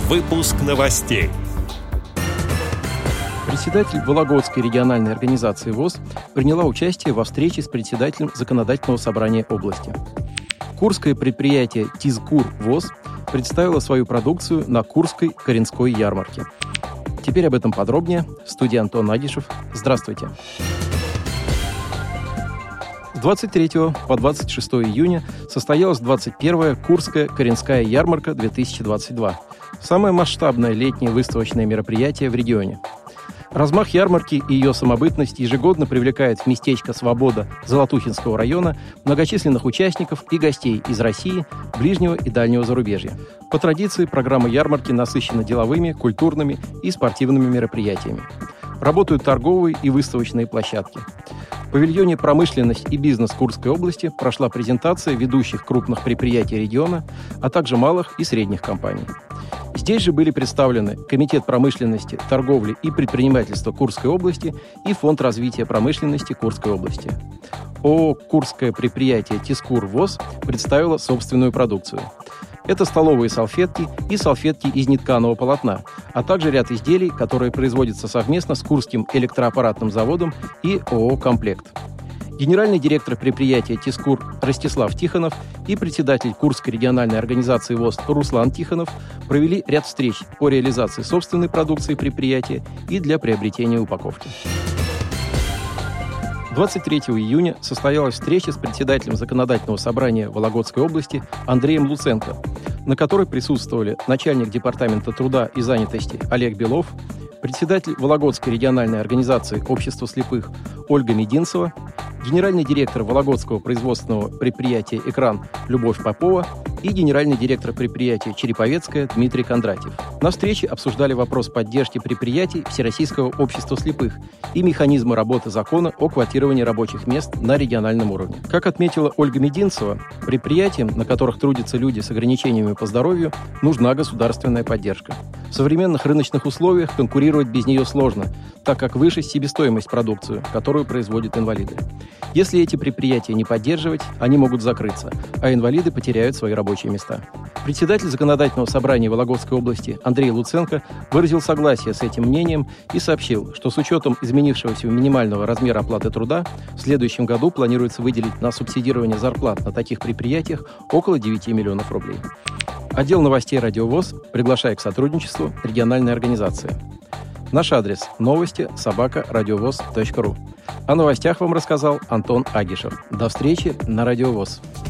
Выпуск новостей. Председатель Вологодской региональной организации ВОС приняла участие во встрече с председателем Законодательного собрания области. Курское предприятие «ТИЗКУР ВОС» представило свою продукцию на Курской Коренской ярмарке. Теперь об этом подробнее. В студии Антон Агишев. Здравствуйте. С 23 по 26 июня состоялась 21-я Курская Коренская ярмарка 2022. Самое масштабное летнее выставочное мероприятие в регионе. Размах ярмарки и ее самобытность ежегодно привлекает в местечко «Свобода» Золотухинского района многочисленных участников и гостей из России, ближнего и дальнего зарубежья. По традиции, программа ярмарки насыщена деловыми, культурными и спортивными мероприятиями. Работают торговые и выставочные площадки. В павильоне «Промышленность и бизнес» Курской области прошла презентация ведущих крупных предприятий региона, а также малых и средних компаний. Здесь же были представлены Комитет промышленности, торговли и предпринимательства Курской области и Фонд развития промышленности Курской области. ООО «Курское предприятие ТИЗКУР ВОС» представило собственную продукцию. Это столовые салфетки и салфетки из нетканого полотна, а также ряд изделий, которые производятся совместно с Курским электроаппаратным заводом и ООО «Комплект». Генеральный директор предприятия «ТИЗКУР» Ростислав Тихонов и председатель Курской региональной организации ВОС Руслан Тихонов провели ряд встреч по реализации собственной продукции предприятия и для приобретения упаковки. 23 июня состоялась встреча с председателем Законодательного собрания Вологодской области Андреем Луценко, на которой присутствовали начальник департамента труда и занятости Олег Белов, председатель Вологодской региональной организации общества слепых Ольга Мединцева, генеральный директор Вологодского производственного предприятия «Экран» Любовь Попова и генеральный директор предприятия «Череповецкая» Дмитрий Кондратьев. На встрече обсуждали вопрос поддержки предприятий Всероссийского общества слепых и механизмы работы закона о квотировании рабочих мест на региональном уровне. Как отметила Ольга Мединцева, предприятиям, на которых трудятся люди с ограничениями по здоровью, нужна государственная поддержка. В современных рыночных условиях конкурировать без нее сложно, так как выше себестоимость продукции, которую производят инвалиды. Если эти предприятия не поддерживать, они могут закрыться, а инвалиды потеряют свои рабочие места. Председатель Законодательного собрания Вологодской области Андрей Луценко выразил согласие с этим мнением и сообщил, что с учетом изменившегося минимального размера оплаты труда в следующем году планируется выделить на субсидирование зарплат на таких предприятиях около 9 миллионов рублей. Отдел новостей «Радио ВОС» приглашает к сотрудничеству региональной организации. Наш адрес – новости@радиовоз.ру. О новостях вам рассказал Антон Агишев. До встречи на Радио ВОС.